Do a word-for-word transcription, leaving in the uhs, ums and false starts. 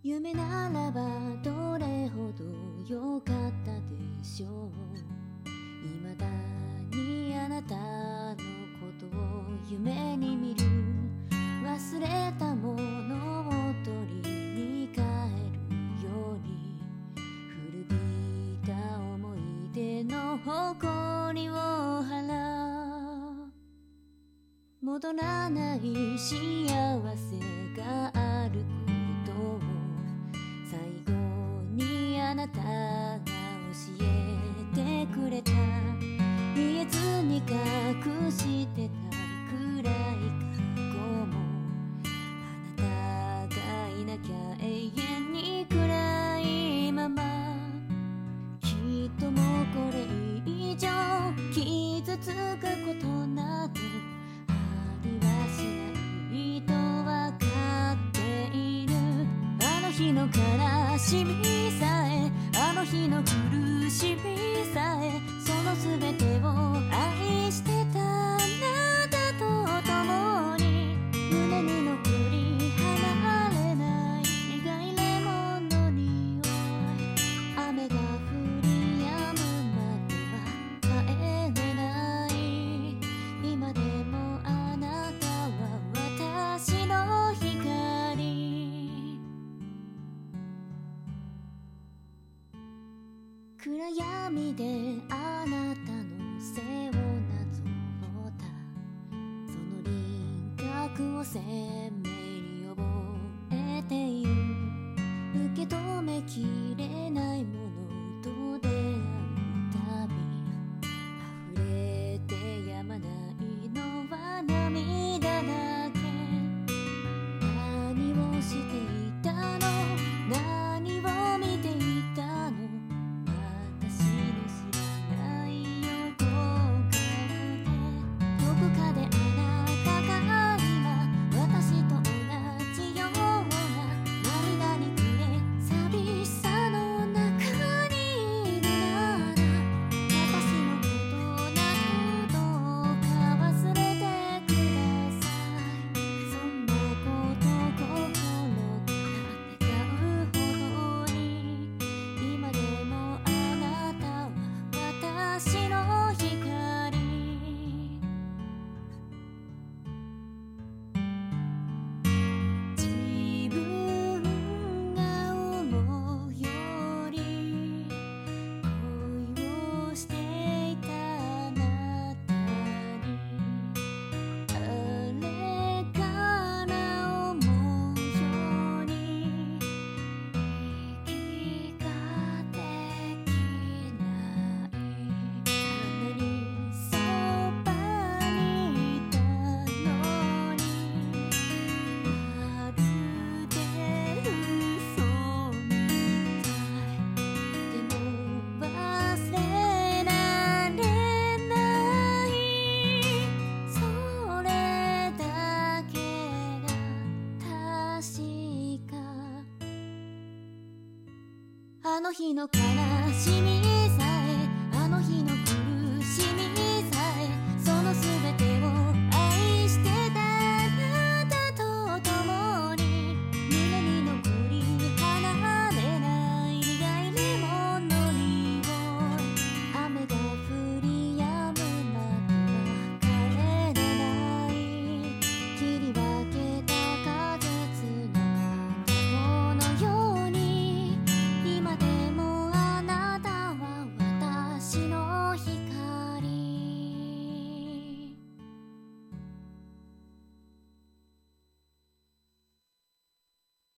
夢ならばどれほど良かったでしょう。未だにあなたのことを夢に見る。忘れたものを取りに帰るように、古びた思い出の誇りを払う。戻らない幸せがあることを最後にあなたが教えてくれた。言えずに隠してた暗い過去も、あなたがいなきゃ永遠に暗いまま。きっともうこれ以上傷つくことなどありはしないとわかっている。あの日の悲しみさえ、あの日の苦しみさえ、その全てを愛してたあなたと共に、胸に残り離れない苦いレモンの匂い。雨が降り止むまでは帰れない。今でもあなたは私の光。暗闇であなたの背をなぞったその輪郭を鮮明に覚えている。受け止めきれないものと出会うたび、溢れてやまないのは涙だけ。何をしていたの、何を見ていたの、私の知らない横顔で。どこかであなたが今私と同じような涙に暮れ寂しさの中にいるなら、私のことなどどうか忘れてください。そんなこと心から願うほどに、今でもあなたは私の光。自分が思うより恋をしていたあなたに、あれから思うように息ができない。あんなにそばにいたのに、まるで嘘みたい。でも忘れられない。それだけが確か。あの日の悲しみ